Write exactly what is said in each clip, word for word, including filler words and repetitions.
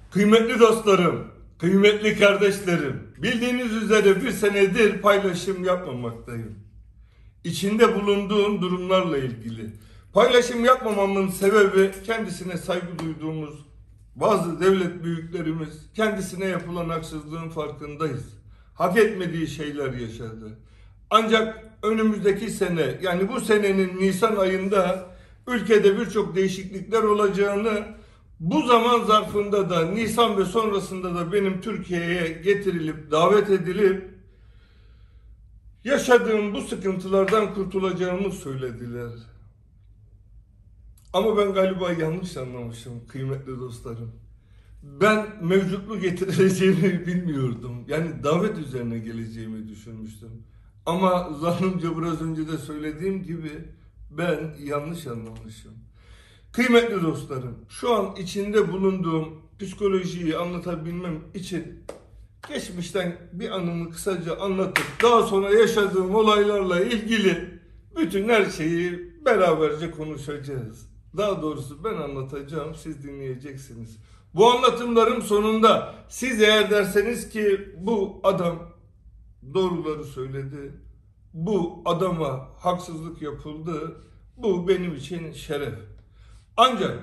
Kıymetli dostlarım, kıymetli kardeşlerim, bildiğiniz üzere bir senedir paylaşım yapmamaktayım. İçinde bulunduğum durumlarla ilgili. Paylaşım yapmamamın sebebi kendisine saygı duyduğumuz bazı devlet büyüklerimiz kendisine yapılan haksızlığın farkındayız. Hak etmediği şeyler yaşadı. Ancak önümüzdeki sene, yani bu senenin Nisan ayında ülkede birçok değişiklikler olacağını, bu zaman zarfında da Nisan ve sonrasında da benim Türkiye'ye getirilip davet edilip yaşadığım bu sıkıntılardan kurtulacağımı söylediler. Ama ben galiba yanlış anlamışım kıymetli dostlarım. Ben mevcutlu getirileceğimi bilmiyordum. Yani davet üzerine geleceğimi düşünmüştüm. Ama zannımca biraz önce de söylediğim gibi ben yanlış anlamışım. Kıymetli dostlarım, şu an içinde bulunduğum psikolojiyi anlatabilmem için geçmişten bir anımı kısaca anlatıp daha sonra yaşadığım olaylarla ilgili bütün her şeyi beraberce konuşacağız. Daha doğrusu ben anlatacağım, siz dinleyeceksiniz. Bu anlatımlarım sonunda siz eğer derseniz ki bu adam doğruları söyledi, bu adama haksızlık yapıldı, bu benim için şeref. Ancak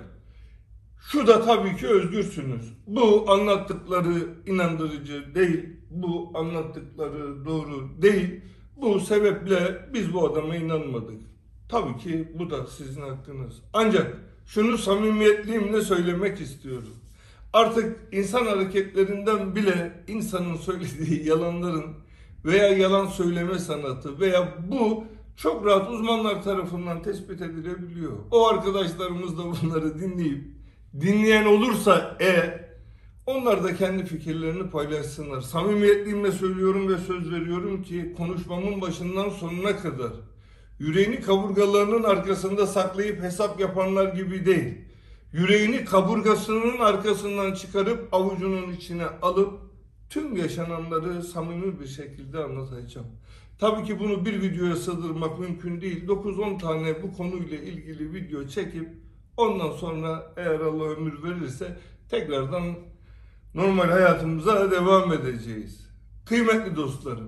şu da tabii ki özgürsünüz. Bu anlattıkları inandırıcı değil, bu anlattıkları doğru değil. Bu sebeple biz bu adama inanmadık. Tabii ki bu da sizin hakkınız. Ancak şunu samimiyetliğimle söylemek istiyorum. Artık insan hareketlerinden bile insanın söylediği yalanların veya yalan söyleme sanatı veya bu çok rahat uzmanlar tarafından tespit edilebiliyor. O arkadaşlarımız da bunları dinleyip dinleyen olursa eğer onlar da kendi fikirlerini paylaşsınlar. Samimiyetliğimle söylüyorum ve söz veriyorum ki konuşmamın başından sonuna kadar yüreğini kaburgalarının arkasında saklayıp hesap yapanlar gibi değil. Yüreğini kaburgasının arkasından çıkarıp avucunun içine alıp tüm yaşananları samimi bir şekilde anlatacağım. Tabii ki bunu bir videoya sığdırmak mümkün değil. dokuz on tane bu konuyla ilgili video çekip ondan sonra eğer Allah ömür verirse tekrardan normal hayatımıza devam edeceğiz. Kıymetli dostlarım,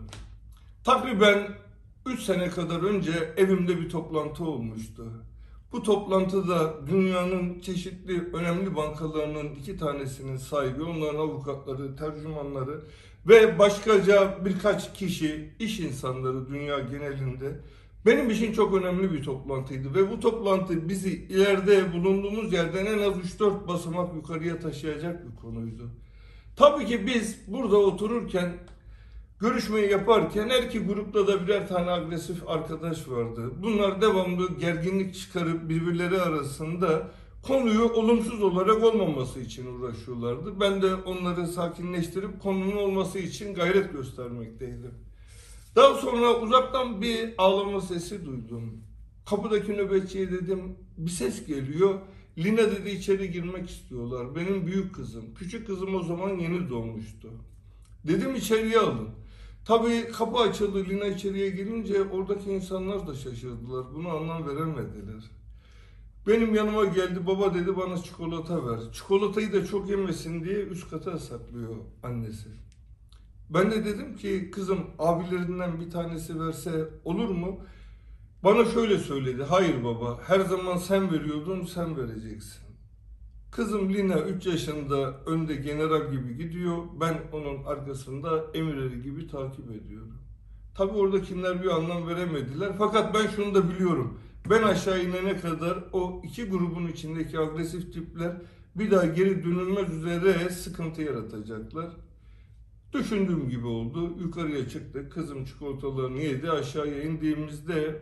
takriben üç sene kadar önce evimde bir toplantı olmuştu. Bu toplantıda dünyanın çeşitli önemli bankalarının iki tanesinin sahibi, onların avukatları, tercümanları ve başkaca birkaç kişi, iş insanları dünya genelinde benim için çok önemli bir toplantıydı. Ve bu toplantı bizi ileride bulunduğumuz yerden en az üç dört basamak yukarıya taşıyacak bir konuydu. Tabii ki biz burada otururken, görüşmeyi yaparken her iki grupta da birer tane agresif arkadaş vardı. Bunlar devamlı gerginlik çıkarıp birbirleri arasında konuyu olumsuz olarak olmaması için uğraşıyorlardı. Ben de onları sakinleştirip konunun olması için gayret göstermekteydim. Daha sonra uzaktan bir ağlama sesi duydum. Kapıdaki nöbetçiye dedim, bir ses geliyor. Lina dedi içeri girmek istiyorlar. Benim büyük kızım. Küçük kızım o zaman yeni doğmuştu. Dedim içeriye alın. Tabii kapı açıldı, Lina içeriye girince oradaki insanlar da şaşırdılar. Buna anlam veremediler. Benim yanıma geldi, baba dedi bana çikolata ver. Çikolatayı da çok yemesin diye üst kata saklıyor annesi. Ben de dedim ki kızım abilerinden bir tanesi verse olur mu? Bana şöyle söyledi, hayır baba her zaman sen veriyordun, sen vereceksin. Kızım Lina üç yaşında önde general gibi gidiyor. Ben onun arkasında emirleri gibi takip ediyorum. Tabii oradakiler bir anlam veremediler. Fakat ben şunu da biliyorum. Ben aşağı inene kadar o iki grubun içindeki agresif tipler bir daha geri dönülmez üzere sıkıntı yaratacaklar. Düşündüğüm gibi oldu. Yukarıya çıktık. Kızım çikolatalarını yedi. Aşağıya indiğimizde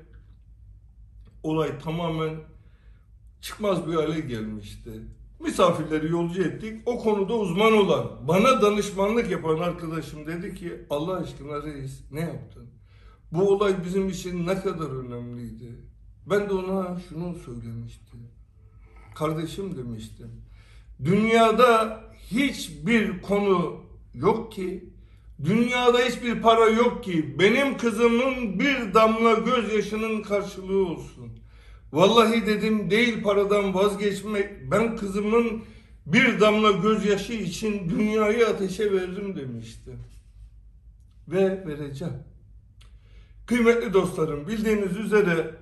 olay tamamen çıkmaz bir hale gelmişti. Misafirleri yolcu ettik. O konuda uzman olan, bana danışmanlık yapan arkadaşım dedi ki Allah aşkına reis ne yaptın? Bu olay bizim için ne kadar önemliydi? Ben de ona şunu söylemiştim. Kardeşim demiştim. Dünyada hiçbir konu yok ki, dünyada hiçbir para yok ki benim kızımın bir damla gözyaşının karşılığı olsun. Vallahi dedim değil paradan vazgeçmek, ben kızımın Bir damla gözyaşı için dünyayı ateşe veririm demişti. Ve vereceğim. Kıymetli dostlarım, bildiğiniz üzere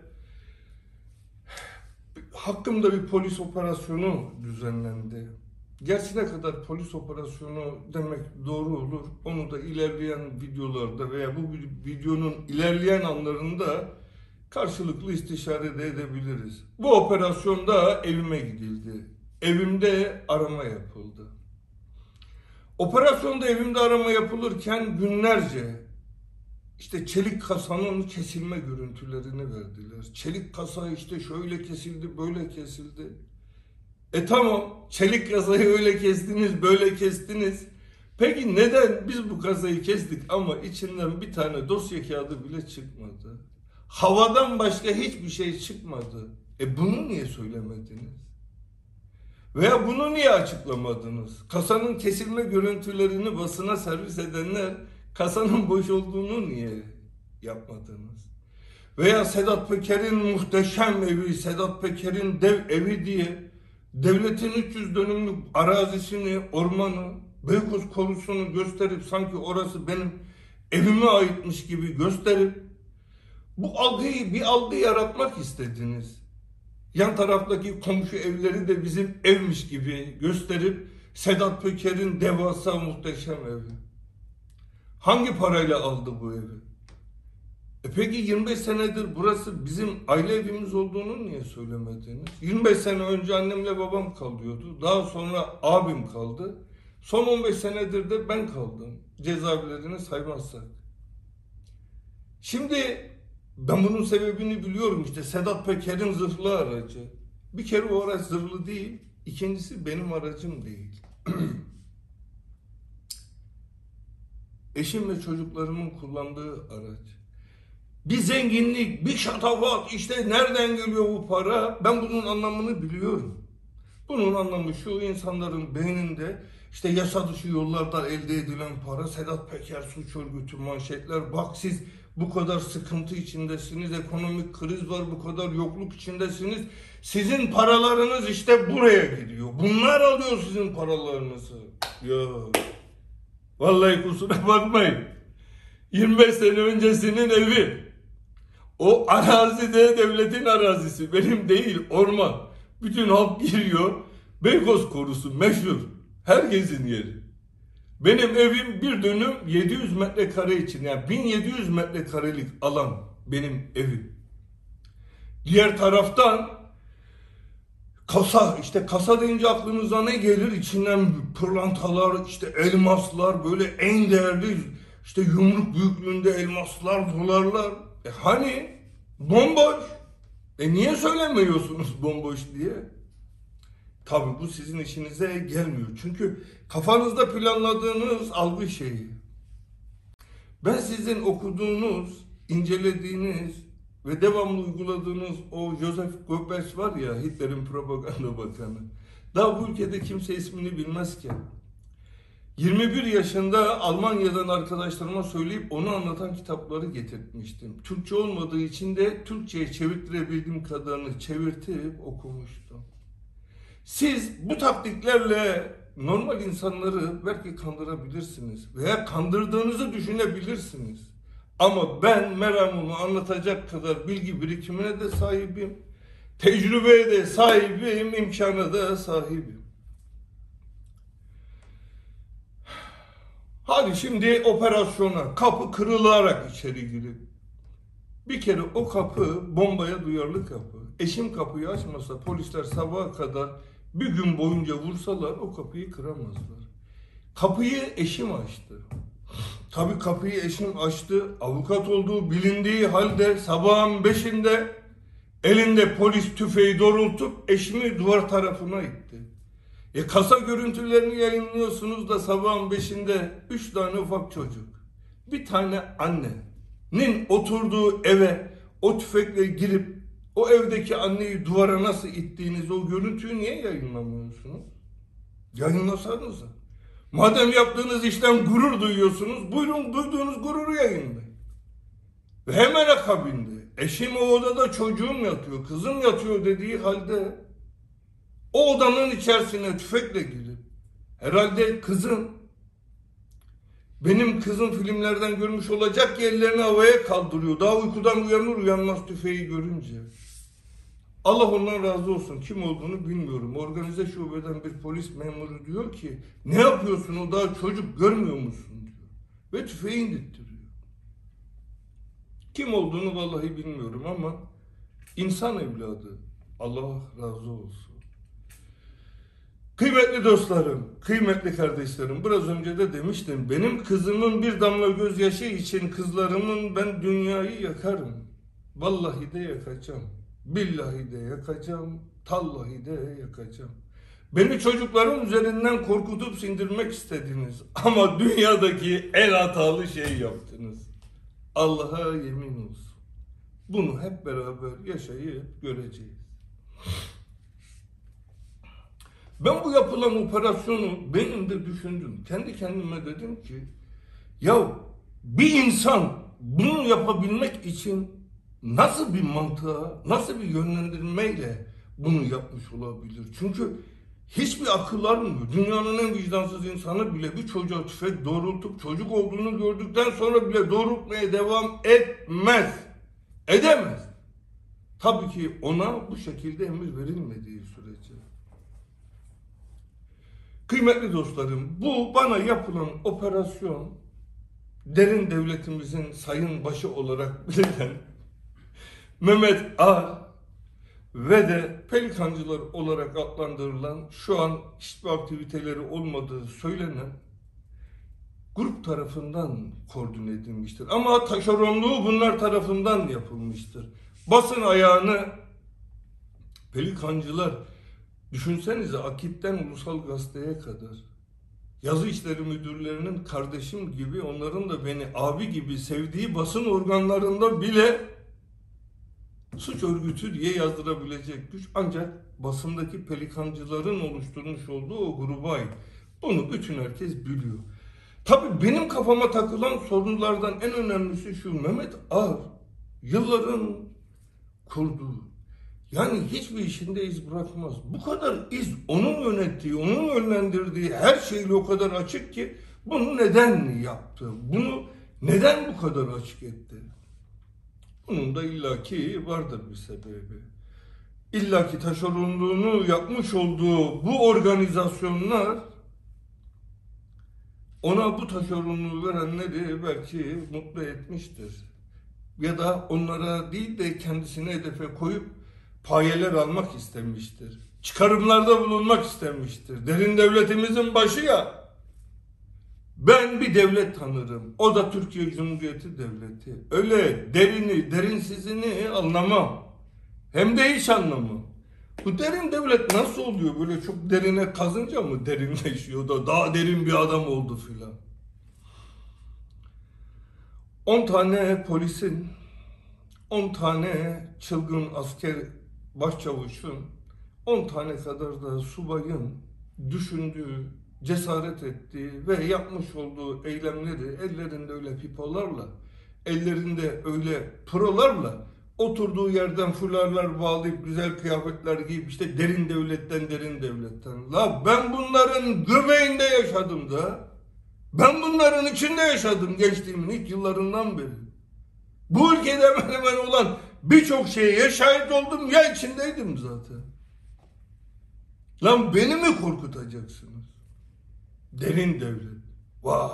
hakkımda bir polis operasyonu düzenlendi. Gerçi ne kadar polis operasyonu demek doğru olur, onu da ilerleyen videolarda veya bu videonun ilerleyen anlarında karşılıklı istişare de edebiliriz. Bu operasyonda evime gidildi. Evimde arama yapıldı. Operasyonda evimde arama yapılırken günlerce işte çelik kasanın kesilme görüntülerini verdiler. Çelik kasa işte şöyle kesildi, böyle kesildi. E tamam, çelik kasayı öyle kestiniz, böyle kestiniz. Peki neden biz bu kasayı kestik ama içinden bir tane dosya kağıdı bile çıkmadı? Havadan başka hiçbir şey çıkmadı. E bunu niye söylemediniz? Veya bunu niye açıklamadınız? Kasanın kesilme görüntülerini basına servis edenler kasanın boş olduğunu niye yapmadınız? Veya Sedat Peker'in muhteşem evi, Sedat Peker'in dev evi diye devletin üç yüz dönümlük arazisini, ormanı, Beykoz korusunu gösterip sanki orası benim evime aitmiş gibi gösterip bu algıyı, bir algı yaratmak istediniz. Yan taraftaki komşu evleri de bizim evmiş gibi gösterip Sedat Peker'in devasa muhteşem evi. Hangi parayla aldı bu evi? E peki yirmi beş senedir burası bizim aile evimiz olduğunu niye söylemediniz? yirmi beş sene önce annemle babam kalıyordu. Daha sonra abim kaldı. Son on beş senedir de ben kaldım. Cezaevlerini saymazsak. Şimdi ben bunun sebebini biliyorum, işte Sedat Peker'in zırhlı aracı. Bir kere o araç zırhlı değil, ikincisi benim aracım değil. Eşim ve çocuklarımın kullandığı araç. Bir zenginlik, bir şatafat, işte nereden geliyor bu para? Ben bunun anlamını biliyorum. Bunun anlamı şu: insanların beyninde işte yasa dışı yollardan elde edilen para, Sedat Peker suç örgütü manşetler, bak siz bu kadar sıkıntı içindesiniz, ekonomik kriz var, bu kadar yokluk içindesiniz, sizin paralarınız işte buraya gidiyor. Bunlar alıyor sizin paralarınızı. Ya vallahi kusura bakmayın. yirmi beş sene öncesinin evi. O arazi de devletin arazisi, benim değil, orman. Bütün halk giriyor. Beykoz korusu meşhur. Herkesin yeri. Benim evim bir dönüm yedi yüz metrekare için, yani bin yedi yüz metrekarelik alan benim evim. Diğer taraftan kasa, işte kasa deyince aklınıza ne gelir? İçinden pırlantalar, işte elmaslar, böyle en değerli işte yumruk büyüklüğünde elmaslar, dolarlar. E hani bomboş. E niye söylemiyorsunuz bomboş diye? Tabii bu sizin işinize gelmiyor. Çünkü kafanızda planladığınız algı şeyi. Ben sizin okuduğunuz, incelediğiniz ve devamlı uyguladığınız o Joseph Goebbels var ya, Hitler'in propaganda bakanı. Daha bu ülkede kimse ismini bilmezken yirmi bir yaşında Almanya'dan arkadaşlarıma söyleyip onu anlatan kitapları getirtmiştim. Türkçe olmadığı için de Türkçe'ye çevirtirebildiğim kadarını çevirtip okumuştum. Siz bu taktiklerle normal insanları belki kandırabilirsiniz veya kandırdığınızı düşünebilirsiniz. Ama ben meramımı anlatacak kadar bilgi birikimine de sahibim, tecrübeye de sahibim, imkana da sahibim. Hadi şimdi operasyona, kapı kırılarak içeri girin. Bir kere o kapı bombaya duyarlı kapı. Eşim kapıyı açmasa polisler sabaha kadar bir gün boyunca vursalar o kapıyı kıramazlar. Kapıyı eşim açtı. Tabii kapıyı eşim açtı. Avukat olduğu bilindiği halde sabahın beşinde elinde polis tüfeği doğrultup eşimi duvar tarafına itti. E kasa görüntülerini yayınlıyorsunuz da sabahın beşinde üç tane ufak çocuk, bir tane annenin oturduğu eve o tüfekle girip o evdeki anneyi duvara nasıl ittiğiniz o görüntüyü niye yayınlamıyorsunuz? Yayınlasanıza. Madem yaptığınız işten gurur duyuyorsunuz, buyurun duyduğunuz gururu yayınlayın. Ve hemen akabinde eşim o odada çocuğum yatıyor, kızım yatıyor dediği halde O odanın içerisine tüfekle girip herhalde kızım, benim kızım filmlerden görmüş olacak ki ellerini havaya kaldırıyor. Daha uykudan uyanır uyanmaz tüfeği görünce. Allah ondan razı olsun. Kim olduğunu bilmiyorum. Organize şubeden bir polis memuru diyor ki ne yapıyorsun, o daha çocuk görmüyor musun diyor. Ve tüfeği indirttiriyor. Kim olduğunu vallahi bilmiyorum ama insan evladı. Allah razı olsun. Kıymetli dostlarım, kıymetli kardeşlerim, biraz önce de demiştim, benim kızımın bir damla gözyaşı için kızlarımın ben dünyayı yakarım. Vallahi de yakacağım, billahi de yakacağım, tallahi de yakacağım. Beni çocukların üzerinden korkutup sindirmek istediniz ama dünyadaki en hatalı şey yaptınız. Allah'a yemin olsun. Bunu hep beraber yaşayıp göreceğiz. Ben bu yapılan operasyonu benim de düşündüm. Kendi kendime dedim ki ya bir insan bunu yapabilmek için nasıl bir mantığa, nasıl bir yönlendirmeyle bunu yapmış olabilir? Çünkü hiçbir akıl almıyor. Dünyanın en vicdansız insanı bile bir çocuğa tüfek doğrultup çocuk olduğunu gördükten sonra bile doğrultmaya devam etmez. Edemez. Tabii ki ona bu şekilde emir verilmediği sürece. Kıymetli dostlarım, bu bana yapılan operasyon derin devletimizin sayın başı olarak bilinen Mehmet Ağar ve de Pelikancılar olarak adlandırılan, şu an hiçbir aktiviteleri olmadığı söylenen grup tarafından koordine edilmiştir. Ama taşeronluğu bunlar tarafından yapılmıştır. Basın ayağını Pelikancılar, düşünsenize Akit'ten Ulusal Gazete'ye kadar yazı işleri müdürlerinin kardeşim gibi, onların da beni abi gibi sevdiği basın organlarında bile suç örgütü diye yazdırabilecek güç ancak basındaki pelikancıların oluşturmuş olduğu o gruba ait. Bunu bütün herkes biliyor. Tabii benim kafama takılan sorunlardan en önemlisi şu: Mehmet Ağar yılların kurduğu, yani hiçbir işinde iz bırakmaz. Bu kadar iz onun yönettiği, onun yönlendirdiği her şeyle o kadar açık ki bunu neden yaptı? Bunu neden bu kadar açık etti? Bunun da illaki vardır bir sebebi. İllaki taşeronluğunu yapmış olduğu bu organizasyonlar ona bu taşeronluğu verenleri belki mutlu etmiştir. Ya da onlara değil de kendisine hedefe koyup payeler almak istemiştir. Çıkarımlarda bulunmak istemiştir. Derin devletimizin başı ya. Ben bir devlet tanırım. O da Türkiye Cumhuriyeti Devleti. Öyle derini, derinsizini anlamam. Hem de hiç anlamam. Bu derin devlet nasıl oluyor? Böyle çok derine kazınca mı derinleşiyor da daha derin bir adam oldu filan. On tane polisin, on tane çılgın asker başçavuşun, on tane kadar da subayın düşündüğü, cesaret ettiği ve yapmış olduğu eylemleri ellerinde öyle pipolarla, ellerinde öyle prolarla oturduğu yerden fularlar bağlayıp güzel kıyafetler giyip işte derin devletten derin devletten. La ben bunların göbeğinde yaşadım da. Ben bunların içinde yaşadım gençliğimin ilk yıllarından beri. Bu ülkede hemen hemen olan birçok şeye ya şahit oldum ya içindeydim zaten. Lan beni mi korkutacaksınız? Derin devlet. Vay.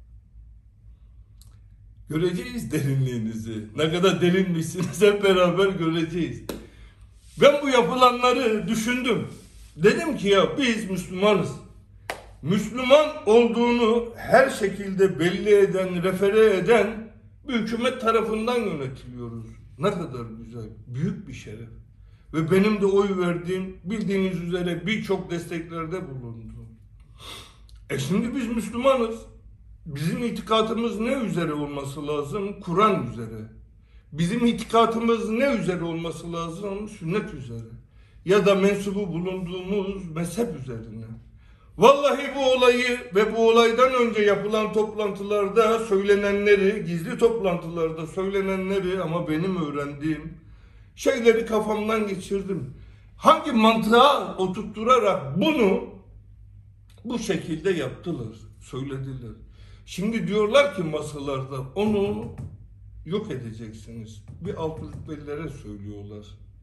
Göreceğiz derinliğinizi. Ne kadar derinmişsiniz hep beraber göreceğiz. Ben bu yapılanları düşündüm. Dedim ki ya biz Müslümanız. Müslüman olduğunu her şekilde belli eden, refere eden bir hükümet tarafından yönetiliyoruz. Ne kadar güzel, büyük bir şeref. Ve benim de oy verdiğim, bildiğiniz üzere birçok desteklerde bulundu. E şimdi biz Müslümanız. Bizim itikadımız ne üzere olması lazım? Kur'an üzere. Bizim itikadımız ne üzere olması lazım? Sünnet üzere. Ya da mensubu bulunduğumuz mezhep üzerine. Vallahi bu olayı ve bu olaydan önce yapılan toplantılarda söylenenleri, gizli toplantılarda söylenenleri ama benim öğrendiğim şeyleri kafamdan geçirdim. Hangi mantığa oturtturarak bunu bu şekilde yaptılar, söylediler. Şimdi diyorlar ki masalarda onu yok edeceksiniz. Bir alt rütbelilere söylüyorlar.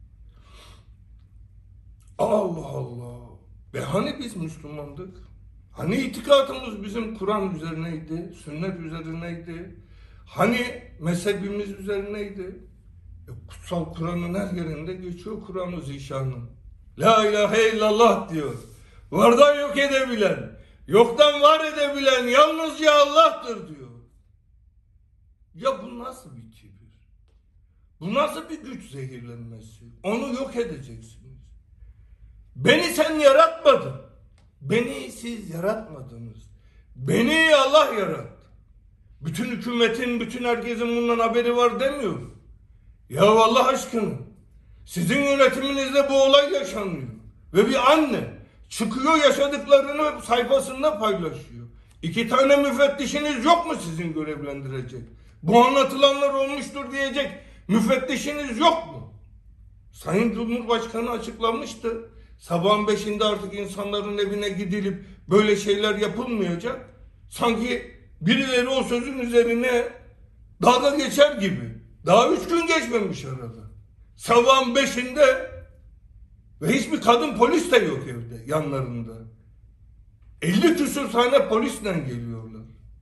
Allah Allah. Ve hani biz Müslümandık? Hani itikadımız bizim Kur'an üzerineydi, sünnet üzerineydi? Hani mezhebimiz üzerineydi? E, kutsal Kur'an'ın her yerinde geçiyor Kur'an-ı Zişan'ın. La ilahe illallah diyor. Vardan yok edebilen, yoktan var edebilen yalnızca Allah'tır diyor. Ya bu nasıl bir kibir? Bu nasıl bir güç zehirlenmesi? Onu yok edeceksiniz. Beni sen yaratmadın. Beni siz yaratmadınız. Beni Allah yarattı. Bütün hükümetin, bütün herkesin bundan haberi var demiyorum. Ya Allah aşkına, sizin yönetiminizde bu olay yaşanıyor. Ve bir anne çıkıyor, yaşadıklarını sayfasında paylaşıyor. İki tane müfettişiniz yok mu sizin görevlendirecek? Bu anlatılanlar olmuştur diyecek müfettişiniz yok mu? Sayın Cumhurbaşkanı açıklamıştı. Sabahın beşinde artık insanların evine gidilip böyle şeyler yapılmayacak. Sanki birileri o sözün üzerine dalga geçer gibi. Daha üç gün geçmemiş arada. Sabahın beşinde ve hiçbir kadın polis de yok evde yanlarında. elli küsur tane polisle geliyorlar.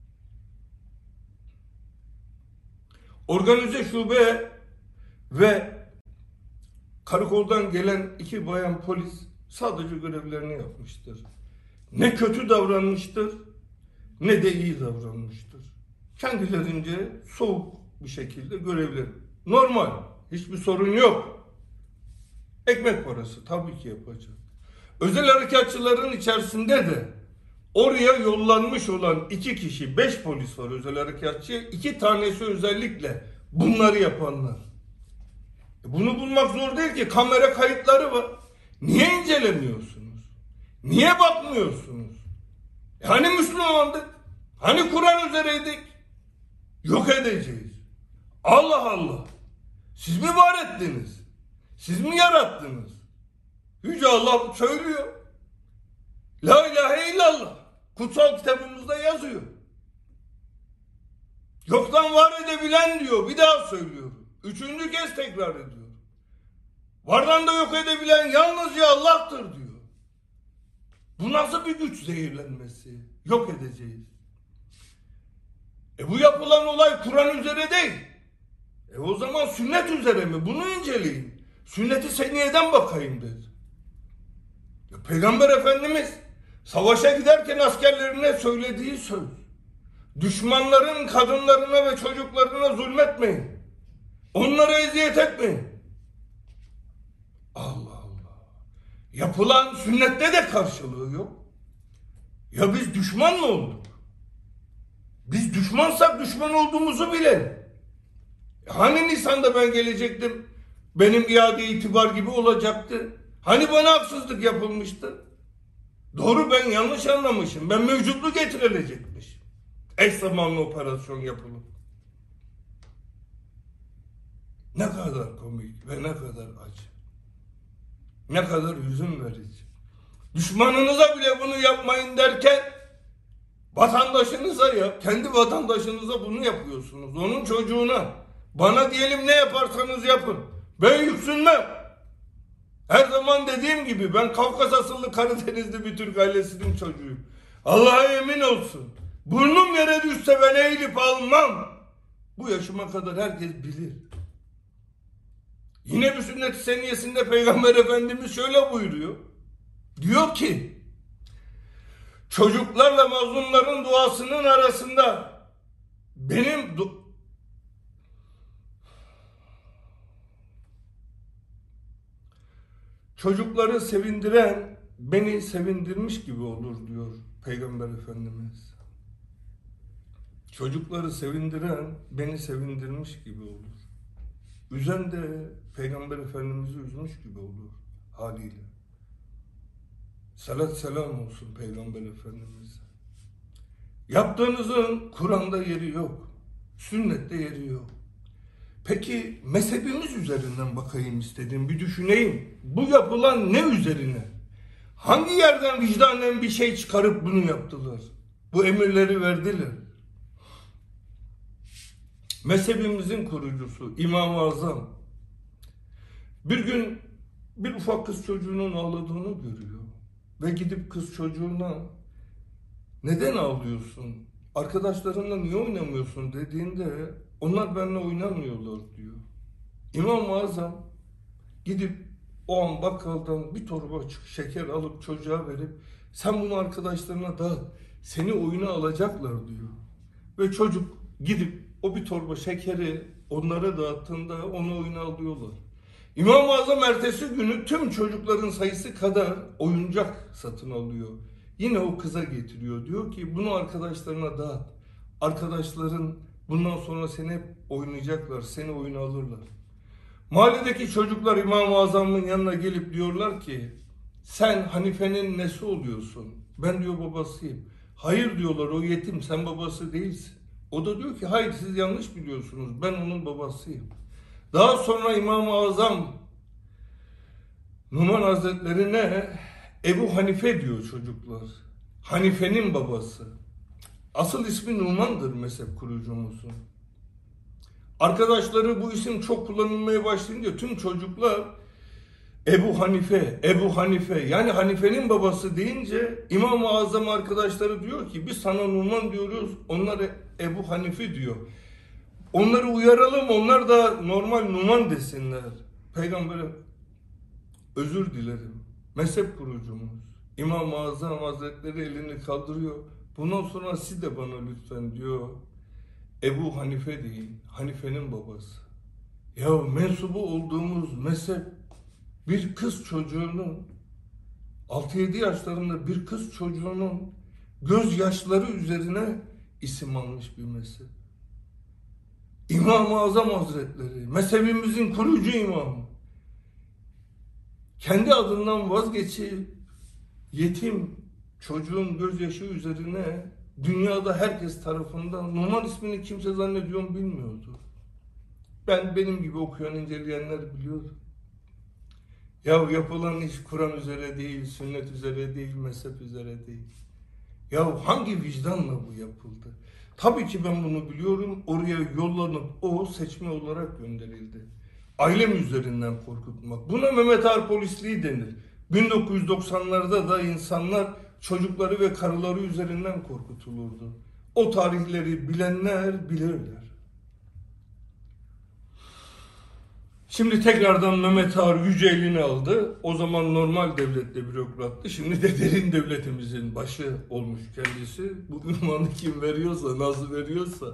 Organize şube ve karakoldan gelen iki bayan polis sadece görevlerini yapmıştır. Ne kötü davranmıştır, ne de iyi davranmıştır. Kendilerince soğuk bir şekilde görevleri. Normal, hiçbir sorun yok. Ekmek parası tabii ki yapacak. Özel harekatçıların içerisinde de oraya yollanmış olan iki kişi, beş polis var özel harekatçı, iki tanesi özellikle bunları yapanlar. Bunu bulmak zor değil ki, kamera kayıtları var. Niye incelemiyorsunuz? Niye bakmıyorsunuz? Hani Müslümandık? Hani Kur'an üzereydik? Yok edeceğiz. Allah Allah. Siz mi var ettiniz? Siz mi yarattınız? Yüce Allah söylüyor. La ilahe illallah. Kutsal kitabımızda yazıyor. Yoktan var edebilen diyor. Bir daha söylüyorum. Üçüncü kez tekrar ediyor. Vardan da yok edebilen yalnızca Allah'tır diyor. Bu nasıl bir güç zehirlenmesi? Yok edeceğiz. E bu yapılan olay Kur'an üzere değil. E o zaman sünnet üzere mi? Bunu inceleyin. Sünnet-i seniyeden bakayım dedi. Ya Peygamber Efendimiz savaşa giderken askerlerine söylediği söz. Düşmanların kadınlarına ve çocuklarına zulmetmeyin. Onlara eziyet etmeyin. Allah Allah. Yapılan sünnette de karşılığı yok. Ya biz düşman mı olduk? Biz düşmansak düşman olduğumuzu bilelim. Hani Nisan'da ben gelecektim, benim iade itibar gibi olacaktı. Hani bana haksızlık yapılmıştı. Doğru, ben yanlış anlamışım. Ben mevcutlu getirilecekmiş. Eş zamanlı operasyon yapılıp. Ne kadar komik ve ne kadar acı. Ne kadar hüzün verici. Düşmanınıza bile bunu yapmayın derken vatandaşınıza ya, kendi vatandaşınıza bunu yapıyorsunuz. Onun çocuğuna. Bana diyelim ne yaparsanız yapın. Ben yüksünmem. Her zaman dediğim gibi ben Kafkas asıllı Karadenizli bir Türk ailesinin çocuğuyum. Allah'a emin olsun. Burnum yere düşse ben eğilip almam. Bu yaşıma kadar herkes bilir. Yine bir sünnet-i seniyesinde Peygamber Efendimiz şöyle buyuruyor. Diyor ki, çocuklarla mazlumların duasının arasında benim du çocukları sevindiren beni sevindirmiş gibi olur diyor Peygamber Efendimiz. Çocukları sevindiren beni sevindirmiş gibi olur. Üzen de Peygamber Efendimiz'i üzmüş gibi olur haliyle. Salat selam olsun Peygamber Efendimiz'e. Yaptığınızın Kur'an'da yeri yok. Sünnette yeri yok. Peki mezhebimiz üzerinden bakayım istedim, bir düşüneyim. Bu yapılan ne üzerine? Hangi yerden vicdanen bir şey çıkarıp bunu yaptılar? Bu emirleri verdiler. Mezhebimizin kurucusu İmam-ı Azam bir gün bir ufak kız çocuğunun ağladığını görüyor. Ve gidip kız çocuğuna neden ağlıyorsun? Arkadaşlarınla niye oynamıyorsun dediğinde onlar benimle oynamıyorlar diyor. İmam-ı Azam gidip o an bakkaldan bir torba şeker alıp çocuğa verip sen bunu arkadaşlarına dağıt, seni oyuna alacaklar diyor. Ve çocuk gidip o bir torba şekeri onlara dağıttığında onu oyuna alıyorlar. İmam-ı Azam ertesi günü tüm çocukların sayısı kadar oyuncak satın alıyor. Yine o kıza getiriyor. Diyor ki bunu arkadaşlarına dağıt. Arkadaşların bundan sonra seni hep oynayacaklar, seni oyuna alırlar. Mahalledeki çocuklar İmam-ı Azam'ın yanına gelip diyorlar ki sen Hanife'nin nesi oluyorsun? Ben diyor babasıyım. Hayır diyorlar, o yetim, sen babası değilsin. O da diyor ki hayır, siz yanlış biliyorsunuz, ben onun babasıyım. Daha sonra İmam-ı Azam Numan Hazretlerine Ebu Hanife diyor çocuklar. Hanife'nin babası. Asıl ismi Numan'dır mezhep kurucumuzun. Arkadaşları bu isim çok kullanılmaya başlayınca tüm çocuklar Ebu Hanife, Ebu Hanife yani Hanife'nin babası deyince İmam-ı Azam arkadaşları diyor ki biz sana Numan diyoruz, onlar Ebu Hanife diyor. Onları uyaralım, onlar da normal Numan desinler. Peygamber'e özür dilerim. Mezhep kurucumuz İmam-ı Azam Hazretleri elini kaldırıyor. Bundan sonra siz de bana lütfen diyor. Ebu Hanife deyin. Hanife'nin babası. Ya mensubu olduğumuz mezhep bir kız çocuğunun altı yedi yaşlarında bir kız çocuğunun gözyaşları üzerine isim almış bir mezhep. İmam-ı Azam Hazretleri, mezhebimizin kurucu imamı, kendi adından vazgeçip yetim çocuğun gözyaşı üzerine dünyada herkes tarafından Numan ismini kimse zannediyorum bilmiyordu. Ben benim gibi okuyan, inceleyenler biliyor. Ya yapılan iş Kur'an üzere değil, sünnet üzere değil, mezhep üzere değil. Ya hangi vicdanla bu yapıldı? Tabii ki ben bunu biliyorum. Oraya yollanıp o seçme olarak gönderildi. Ailem üzerinden korkutmak. Buna Mehmet Ağar polisliği denir. bin dokuz yüz doksanlarda da insanlar çocukları ve karıları üzerinden korkutulurdu. O tarihleri bilenler bilirler. Şimdi tekrardan Mehmet Ağar yüce elini aldı. O zaman normal devlette bürokrattı. Şimdi de derin devletimizin başı olmuş kendisi. Bu ünvanı kim veriyorsa, nasıl veriyorsa.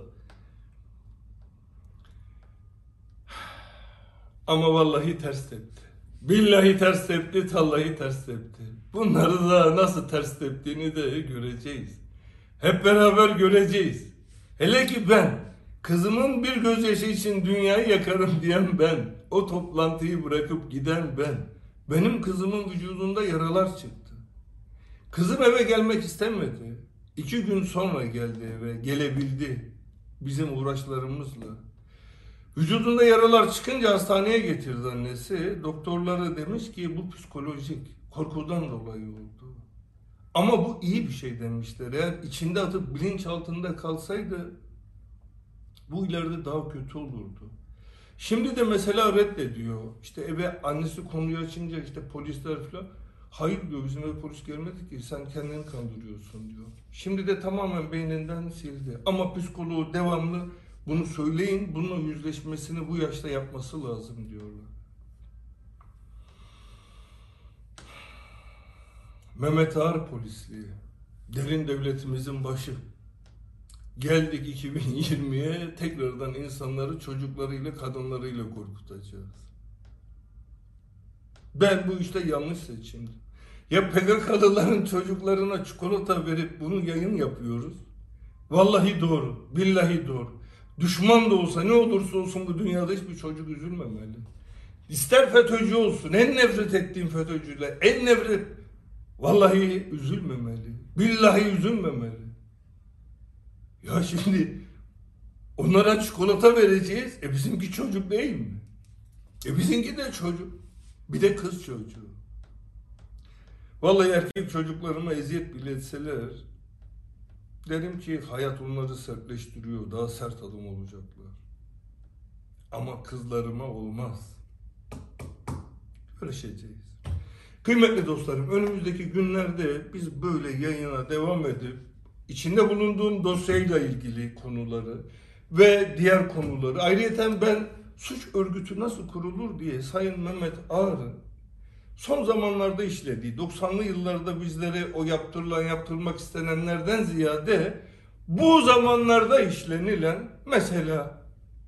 Ama vallahi ters tepti. Billahi ters tepti, tallahi ters tepti. Bunları da nasıl ters teptiğini de göreceğiz. Hep beraber göreceğiz. Hele ki ben, kızımın bir gözyaşı için dünyayı yakarım diyen ben, o toplantıyı bırakıp giden ben, benim kızımın vücudunda yaralar çıktı. Kızım eve gelmek istemedi. İki gün sonra geldi eve, gelebildi bizim uğraşlarımızla. Vücudunda yaralar çıkınca hastaneye getirdi annesi. Doktorları demiş ki bu psikolojik, korkudan dolayı oldu. Ama bu iyi bir şey demişler. Eğer içinde atıp bilinç altında kalsaydı bu ileride daha kötü olurdu. Şimdi de mesela reddediyor. İşte eve annesi konuyu açınca işte polisler falan. Hayır diyor, bizim eve polis gelmedi ki, sen kendini kandırıyorsun diyor. Şimdi de tamamen beyninden sildi. Ama psikoloğu devamlı bunu söyleyin, bununla yüzleşmesini bu yaşta yapması lazım diyorlar. Mehmet Ağar polisliği, derin devletimizin başı. Geldik iki bin yirmiye, tekrardan insanları çocuklarıyla, kadınlarıyla korkutacağız. Ben bu işte yanlış seçimdim. Ya P K K'lıların çocuklarına çikolata verip bunu yayın yapıyoruz. Vallahi doğru, billahi doğru. Düşman da olsa, ne olursa olsun bu dünyada hiçbir çocuk üzülmemeli. İster FETÖ'cü olsun, en nefret ettiğim FETÖ'cüyle, en nefret... Vallahi üzülmemeli, billahi üzülmemeli. Ya şimdi Onlara çikolata vereceğiz. E bizimki çocuk değil mi? E bizimki de çocuk. Bir de kız çocuğu. Vallahi erkek çocuklarıma eziyet bile etseler derim ki hayat onları sertleştiriyor. Daha sert adam olacaklar. Ama kızlarıma olmaz. Görüşeceğiz. Kıymetli dostlarım, önümüzdeki günlerde biz böyle yayına devam edip içinde bulunduğum dosyayla ilgili konuları ve diğer konuları, ayrıyeten ben suç örgütü nasıl kurulur diye Sayın Mehmet Ağar'ın son zamanlarda işlediği, doksanlı yıllarda bizlere o yaptırılan, yaptırılmak istenenlerden ziyade bu zamanlarda işlenilen, mesela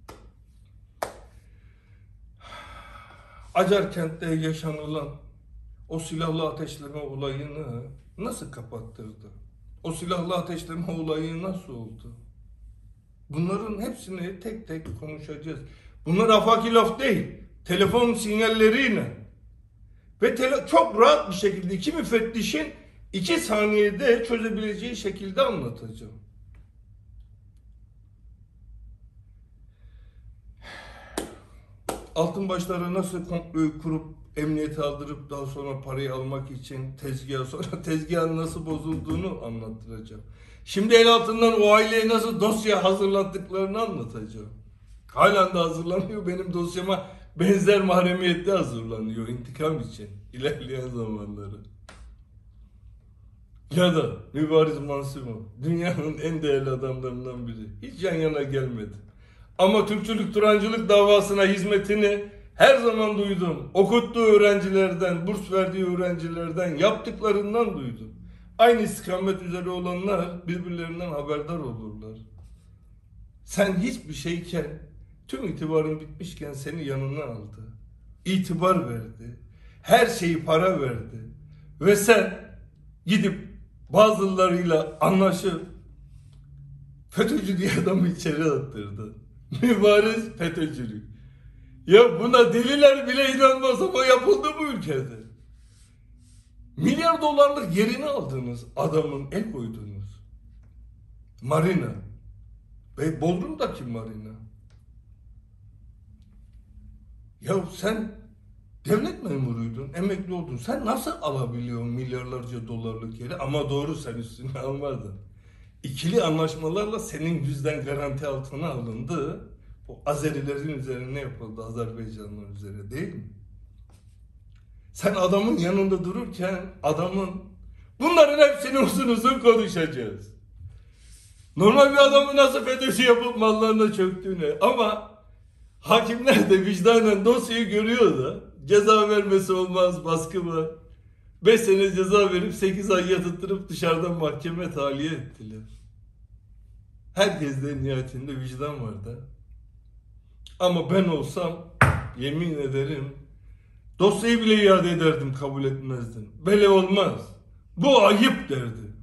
Acarkent'te yaşanılan o silahlı ateşleme olayını nasıl kapattırdı? O silahlı ateşleme olayı nasıl oldu? Bunların hepsini tek tek konuşacağız. Bunlar afaki laf değil. Telefon sinyalleriyle ve tele çok rahat bir şekilde iki müfettişin iki saniyede çözebileceği şekilde anlatacağım. Altın başları nasıl komployu kurup emniyete aldırıp daha sonra parayı almak için tezgah, sonra tezgahın nasıl bozulduğunu anlattıracağım. Şimdi el altından o aileye nasıl dosya hazırlattıklarını anlatacağım. Halen de hazırlanıyor. Benim dosyama benzer mahremiyette hazırlanıyor intikam için ilerleyen zamanları. Ya da Mübariz Mansimo, dünyanın en değerli adamlarından biri. Hiç yan yana gelmedi. Ama Türkçülük, Turancılık davasına hizmetini her zaman duydum. Okuttuğu öğrencilerden, burs verdiği öğrencilerden, yaptıklarından duydum. Aynı istikamet üzere olanlar birbirlerinden haberdar olurlar. Sen hiçbir şeyken, tüm itibarın bitmişken seni yanına aldı. İtibar verdi. Her şeyi para verdi. Ve sen gidip bazılarıyla anlaşıp FETÖ'cü diye adamı içeri attırdın. Mübariz FETÖ'cülük. Ya buna deliler bile inanmaz ama yapıldı bu ülkede. Milyar dolarlık yerini aldınız, adamın el koydunuz. Marina. Ve Bodrum'daki marina. Ya sen devlet memuruydun, emekli oldun. Sen nasıl alabiliyorsun milyarlarca dolarlık yeri? Ama doğru, sen üstüne almadın. İkili anlaşmalarla senin yüzden garanti altına alındı. O Azerilerin üzerine yapıldı, Azerbaycanlılar üzerine değil mi? Sen adamın yanında dururken adamın, bunların hepsini uzun uzun konuşacağız. Normal bir adamın nasıl FETÖ'cü yapıp mallarına çöktüğünü, ama hakimler de vicdanen dosyayı görüyor da ceza vermesi olmaz, baskı var. beş sene ceza verip sekiz ay yatıttırıp dışarıdan mahkeme tahliye ettiler. Herkeste nihayetinde vicdan var da. Ama ben olsam yemin ederim dosyayı bile iade ederdim, kabul etmezdim. Böyle olmaz. Bu ayıp derdi.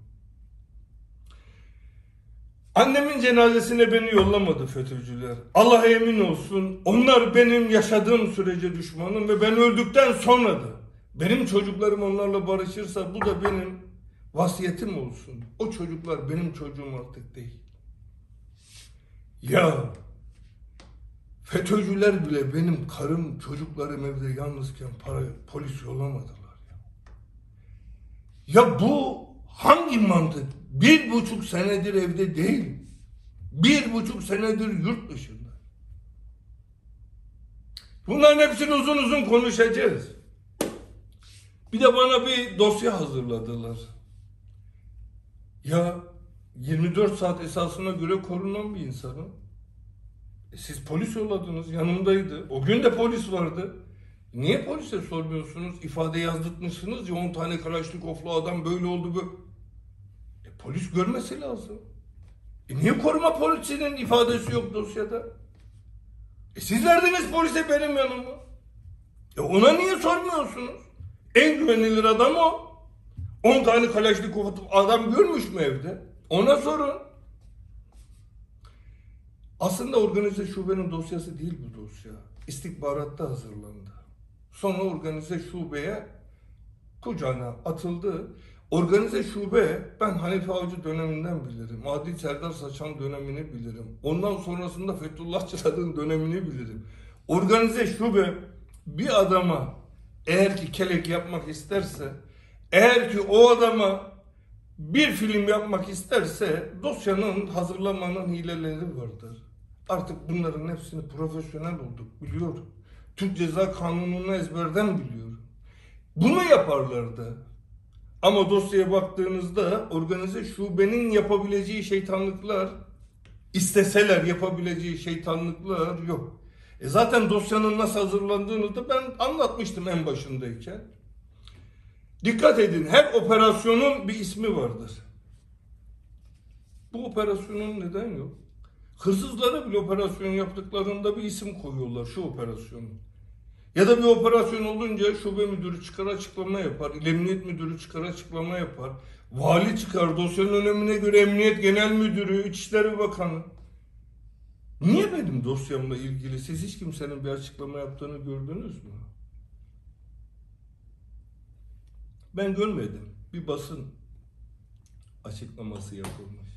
Annemin cenazesine beni yollamadı FETÖ'cüler. Allah'a emin olsun, onlar benim yaşadığım sürece düşmanım ve ben öldükten sonra da benim çocuklarım onlarla barışırsa bu da benim vasiyetim olsun. O çocuklar benim çocuğum artık değil. Ya FETÖ'cüler bile benim karım, çocuklarım evde yalnızken para, polis yollamadılar ya. Ya bu hangi mantık? Bir buçuk senedir evde değil. Bir buçuk senedir yurt dışında. Bunların hepsini uzun uzun konuşacağız. Bir de bana bir dosya hazırladılar. Ya yirmi dört saat esasına göre korunan bir insanım. E siz polis yolladınız, yanımdaydı. O gün de polis vardı. Niye polise sormuyorsunuz? İfade yazdırtmışsınız ya, on tane Kalaşnikovlu adam böyle oldu böyle. E polis görmesi lazım. E niye koruma polisinin ifadesi yok dosyada? E siz verdiniz polise benim yanıma. E ona niye sormuyorsunuz? En güvenilir adam o. on tane Kalaşnikov adam görmüş mü evde? Ona sorun. Aslında organize şubenin dosyası değil bu dosya. İstihbaratta hazırlandı. Sonra organize şubeye kucağına atıldı. Organize şube, ben Hanifi Avcı döneminden bilirim. Adi Serdar Saçan dönemini bilirim. Ondan sonrasında Fethullahçıların dönemini bilirim. Organize şube bir adama eğer ki kelek yapmak isterse, eğer ki o adama bir film yapmak isterse dosyanın hazırlamanın hileleri vardır. Artık bunların hepsini profesyonel olduk, biliyorum. Türk Ceza Kanunu'nu ezberden biliyorum. Bunu yaparlardı. Ama dosyaya baktığınızda organize şubenin yapabileceği şeytanlıklar, isteseler yapabileceği şeytanlıklar yok. E zaten dosyanın nasıl hazırlandığını da ben anlatmıştım en başındayken. Dikkat edin, her operasyonun bir ismi vardır. Bu operasyonun neden yok? Hırsızlara bile operasyon yaptıklarında bir isim koyuyorlar, şu operasyonu. Ya da bir operasyon olunca şube müdürü çıkar açıklama yapar, İl Emniyet Müdürü çıkar açıklama yapar, vali çıkar, dosyanın önemine göre Emniyet Genel Müdürü, İçişleri Bakanı. Niye benim dosyamla ilgili siz hiç kimsenin bir açıklama yaptığını gördünüz mü? Ben görmedim. Bir basın açıklaması yapılmış.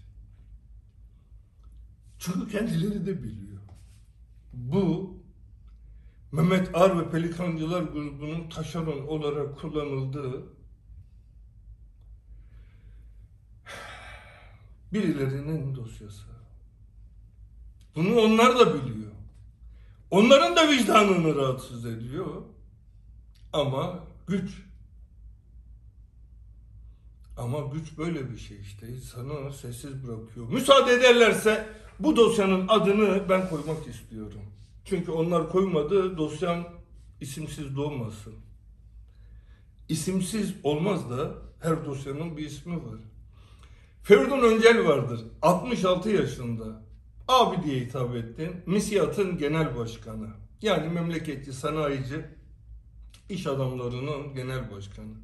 Çünkü kendileri de biliyor. Bu Mehmet Ar ve Pelikancılar grubunun taşeron olarak kullanıldığı birilerinin dosyası. Bunu onlar da biliyor. Onların da vicdanını rahatsız ediyor. Ama güç. Ama güç böyle bir şey işte. İnsanı sessiz bırakıyor. Müsaade ederlerse bu dosyanın adını ben koymak istiyorum. Çünkü onlar koymadı, dosyam isimsiz doğmasın. İsimsiz olmaz da her dosyanın bir ismi var. Feridun Öncel vardır. altmış altı yaşında. Abi diye hitap ettim. MİSİAD'ın genel başkanı. Yani memleketçi, sanayici, iş adamlarının genel başkanı.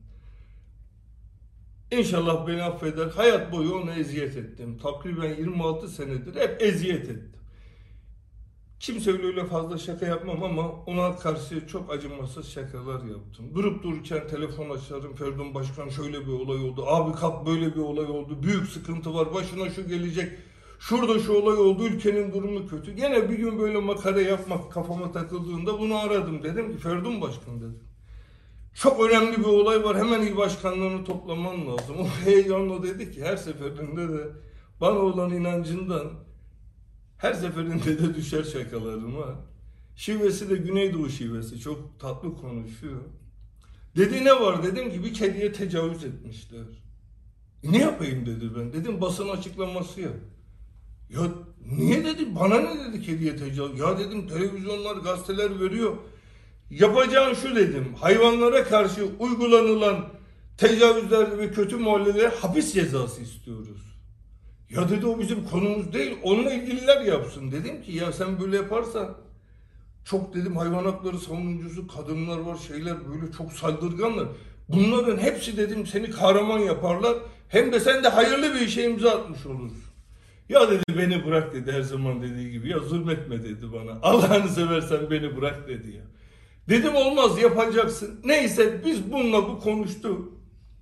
İnşallah beni affeder. Hayat boyu ona eziyet ettim. Takriben yirmi altı senedir hep eziyet ettim. Kimseyle öyle fazla şaka yapmam ama ona karşı çok acımasız şakalar yaptım. Durup dururken telefon açarım. Feridun Başkan şöyle bir olay oldu. Abi kalk böyle bir olay oldu. Büyük sıkıntı var. Başına şu gelecek. Şurada şu olay oldu. Ülkenin durumu kötü. Gene bir gün böyle makara yapmak kafama takıldığında bunu aradım. Dedim ki Feridun Başkan dedim. Çok önemli bir olay var. Hemen il başkanlarını toplaman lazım. O heyecanla dedi ki her seferinde de bana olan inancından her seferinde de düşer şakalarıma. Şivesi de Güneydoğu şivesi. Çok tatlı konuşuyor. Dedi ne var? Dedim ki bir kediye tecavüz etmişler. E, ne yapayım dedi ben. Dedim basın açıklaması yap. Ya niye dedi? Bana ne dedi kediye tecavüz? Ya dedim televizyonlar, gazeteler veriyor. Yapacağın şu dedim. Hayvanlara karşı uygulanılan tecavüzler ve kötü muamelelere hapis cezası istiyoruz. Ya dedi o bizim konumuz değil. Onunla ilgililer yapsın. Dedim ki ya sen böyle yaparsan çok dedim hayvan hakları savunucusu kadınlar var, şeyler böyle çok saldırganlar. Bunların hepsi dedim seni kahraman yaparlar. Hem de sen de hayırlı bir işe imza atmış olursun. Ya dedi beni bırak dedi her zaman dediği gibi. Ya zulmetme dedi bana. Allah'ını seversen beni bırak dedi ya. Dedim olmaz yapacaksın. Neyse biz bununla bu konuştuk.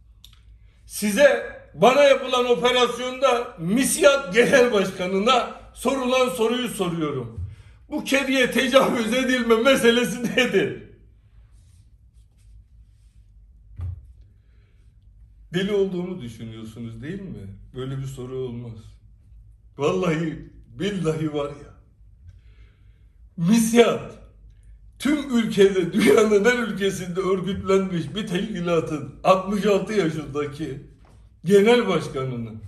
Size bana yapılan operasyonda MİSİAD Genel Başkanı'na sorulan soruyu soruyorum. Bu kediye tecavüz edilme meselesi nedir? Deli olduğumu düşünüyorsunuz değil mi? Böyle bir soru olmaz. Vallahi billahi var ya. MİSİAD tüm ülkede, dünyanın her ülkesinde örgütlenmiş bir teşkilatın altmış altı yaşındaki genel başkanının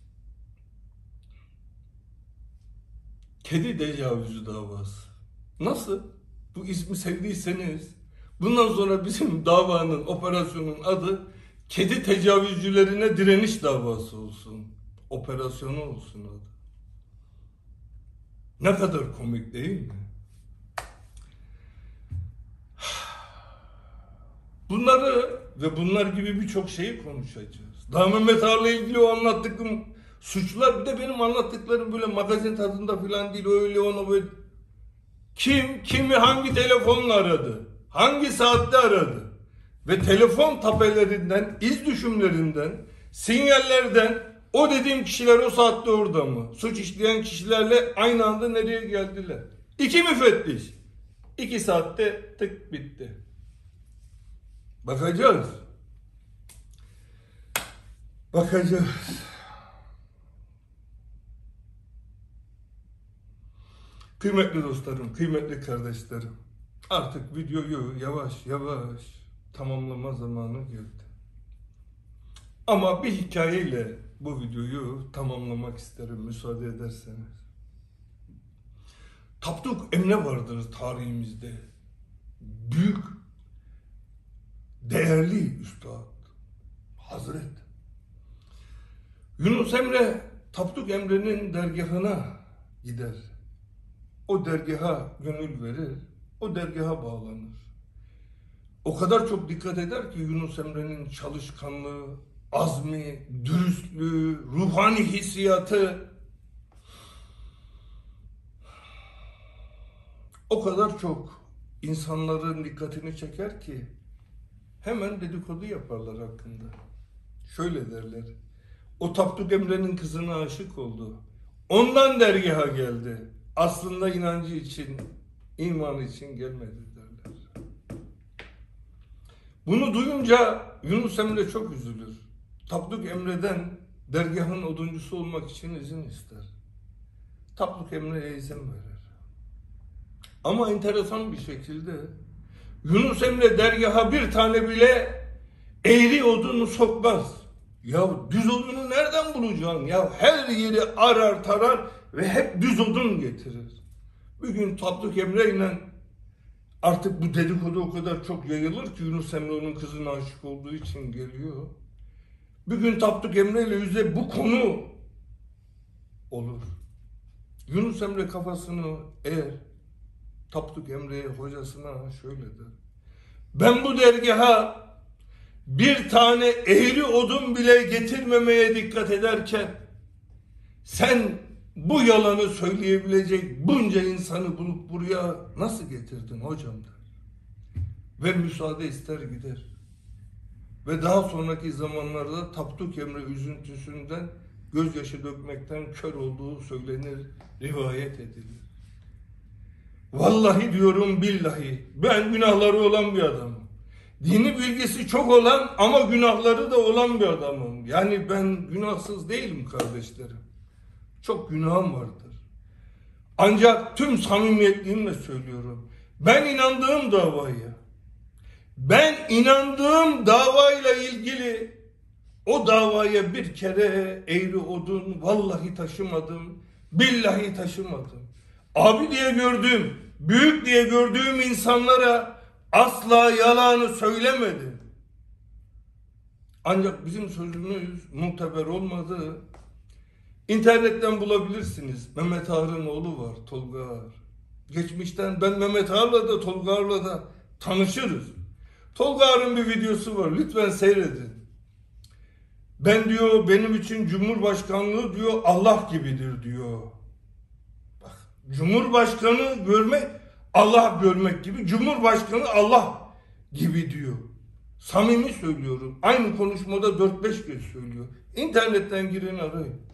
kedi tecavüzü davası. Nasıl? Bu ismi sevdiyseniz bundan sonra bizim davanın, operasyonun adı kedi tecavüzcülerine direniş davası olsun. Operasyonu olsun adı. Ne kadar komik değil mi? Bunları ve bunlar gibi birçok şeyi konuşacağız. Daha Mehmet Ağar'la ilgili o anlattıklarım suçlar, bir de benim anlattıklarım böyle magazin tadında falan değil, öyle ona böyle. Kim, kimi hangi telefonla aradı? Hangi saatte aradı? Ve telefon tapelerinden, iz düşümlerinden Sinyallerden o dediğim kişiler o saatte orada mı? Suç işleyen kişilerle aynı anda nereye geldiler? İki müfettiş. İki saatte tık bitti. Bakacağız. Bakacağız. Kıymetli dostlarım, kıymetli kardeşlerim. Artık videoyu yavaş yavaş tamamlama zamanı geldi. Ama bir hikayeyle bu videoyu tamamlamak isterim müsaade ederseniz. Tapduk Emre vardır tarihimizde. Büyük, değerli üstad, hazret. Yunus Emre, Tapduk Emre'nin dergahına gider. O dergaha gönül verir, o dergaha bağlanır. O kadar çok dikkat eder ki Yunus Emre'nin çalışkanlığı, azmi, dürüstlüğü, ruhani hissiyatı o kadar çok insanların dikkatini çeker ki hemen dedikodu yaparlar hakkında. Şöyle derler, o Tapduk Emre'nin kızına aşık oldu. Ondan dergaha geldi. Aslında inancı için, imanı için gelmedi derler. Bunu duyunca Yunus Emre çok üzülür. Tapduk Emre'den dergahın oduncusu olmak için izin ister. Tapduk Emre'ye izin verir. Ama enteresan bir şekilde Yunus Emre dergaha bir tane bile eğri odunu sokmaz. Ya düz odunu nereden bulacaksın? Ya her yeri arar tarar ve hep düz odun getirir. Bir gün Tapduk Emre ile artık bu dedikodu o kadar çok yayılır ki Yunus Emre onun kızına aşık olduğu için geliyor. Bir gün Tapduk Emre ile yüzde bu konu olur. Yunus Emre kafasını eğer Tapduk Emre'ye hocasına şöyle der. Ben bu dergaha bir tane eğri odun bile getirmemeye dikkat ederken sen bu yalanı söyleyebilecek bunca insanı bulup buraya nasıl getirdin hocam der. Ve müsaade ister gider. Ve daha sonraki zamanlarda Tapduk Emre üzüntüsünden gözyaşı dökmekten kör olduğu söylenir, rivayet edilir. Vallahi diyorum billahi ben günahları olan bir adamım. Dini bilgisi çok olan ama günahları da olan bir adamım. Yani ben günahsız değilim kardeşlerim. Çok günahım vardır. Ancak tüm samimiyetimle söylüyorum. Ben inandığım davaya, ben inandığım davayla ilgili o davaya bir kere eğri odun vallahi taşımadım, billahi taşımadım. Abi diye gördüğüm, büyük diye gördüğüm insanlara asla yalanı söylemedim. Ancak bizim sözümüz muteber olmadı. İnternetten bulabilirsiniz. Mehmet Ağar'ın oğlu var, Tolga Ağar. Geçmişten ben Mehmet Ağar'la da Tolga Ağar'la da tanışırız. Tolga Ağar'ın bir videosu var. Lütfen seyredin. Ben diyor benim için Cumhurbaşkanlığı diyor Allah gibidir diyor. Bak, Cumhurbaşkanı görmek Allah görmek gibi. Cumhurbaşkanı Allah gibi diyor. Samimi söylüyorum. Aynı konuşmada dört beş kez söylüyor. İnternetten girin arayın.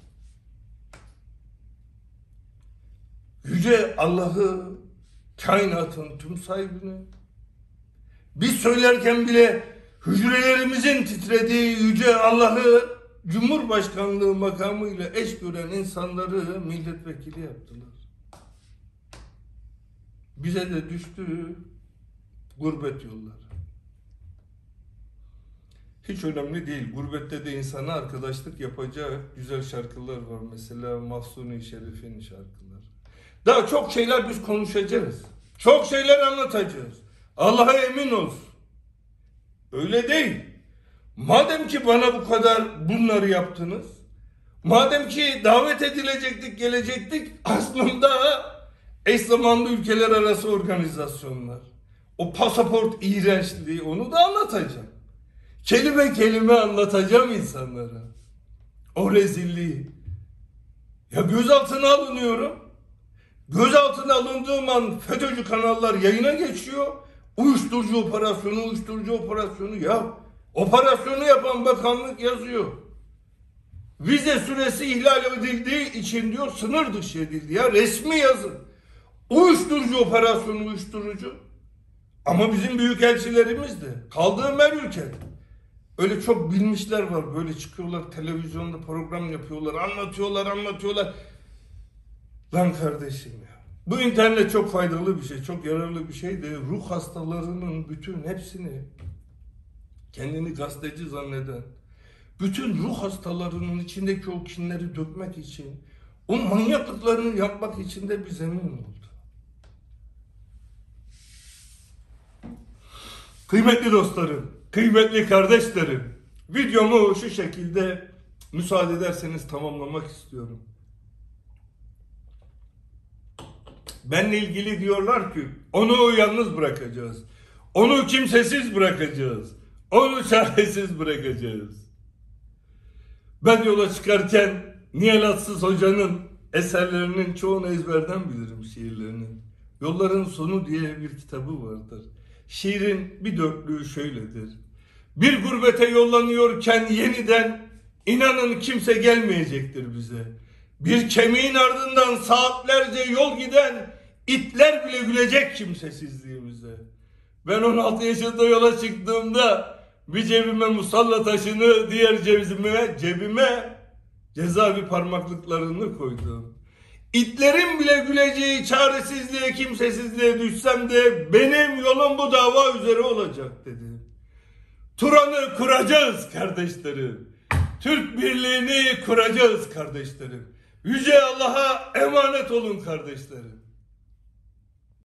Yüce Allah'ı, kainatın tüm sahibini, biz söylerken bile hücrelerimizin titrediği Yüce Allah'ı Cumhurbaşkanlığı makamıyla eş gören insanları milletvekili yaptılar. Bize de düştü gurbet yolları. Hiç önemli değil. Gurbette de insana arkadaşlık yapacak güzel şarkılar var. Mesela Mahsuni Şerif'in şarkıları. Daha çok şeyler biz konuşacağız. Çok şeyler anlatacağız. Allah'a emin olsun. Öyle değil. Madem ki bana bu kadar bunları yaptınız, madem ki davet edilecektik, gelecektik, aslında eş zamanlı ülkeler arası organizasyonlar, o pasaport iğrençliği, onu da anlatacağım. Kelime kelime anlatacağım insanlara. O rezilliği. Ya gözaltına alınıyorum. Gözaltına alındığım an FETÖ'cü kanallar yayına geçiyor. Uyuşturucu operasyonu, uyuşturucu operasyonu ya. Operasyonu yapan bakanlık yazıyor. Vize süresi ihlal edildiği için diyor sınır dışı edildi ya. Resmi yazı. Uyuşturucu operasyonu uyuşturucu. Ama bizim büyükelçilerimiz de kaldığım her ülkede. Öyle çok bilmişler var. Böyle çıkıyorlar televizyonda program yapıyorlar. Anlatıyorlar anlatıyorlar. Lan kardeşim ya. Bu internet çok faydalı bir şey. Çok yararlı bir şey de ruh hastalarının bütün hepsini kendini gazeteci zanneden, bütün ruh hastalarının içindeki o kinleri dökmek için, o manyaklıklarını yapmak için de bir zemin oldu. Kıymetli dostlarım, kıymetli kardeşlerim, videomu şu şekilde müsaade ederseniz tamamlamak istiyorum. Benle ilgili diyorlar ki onu yalnız bırakacağız. Onu kimsesiz bırakacağız. Onu çaresiz bırakacağız. Ben yola çıkarken Nihal Atsız Hoca'nın eserlerinin çoğunu ezberden bilirim, şiirlerini. Yolların Sonu diye bir kitabı vardır. Şiirin bir dörtlüğü şöyledir. Bir gurbete yollanıyorken yeniden inanın kimse gelmeyecektir bize. Bir kemiğin ardından saatlerce yol giden itler bile gülecek kimsesizliğimize. Ben on altı yaşında yola çıktığımda bir cebime musalla taşını, diğer cebime, cebime cezaevi parmaklıklarını koydum. İtlerin bile güleceği çaresizliğe, kimsesizliğe düşsem de benim yolum bu dava üzere olacak dedi. Turan'ı kuracağız kardeşlerim. Türk birliğini kuracağız kardeşlerim. Yüce Allah'a emanet olun kardeşlerim.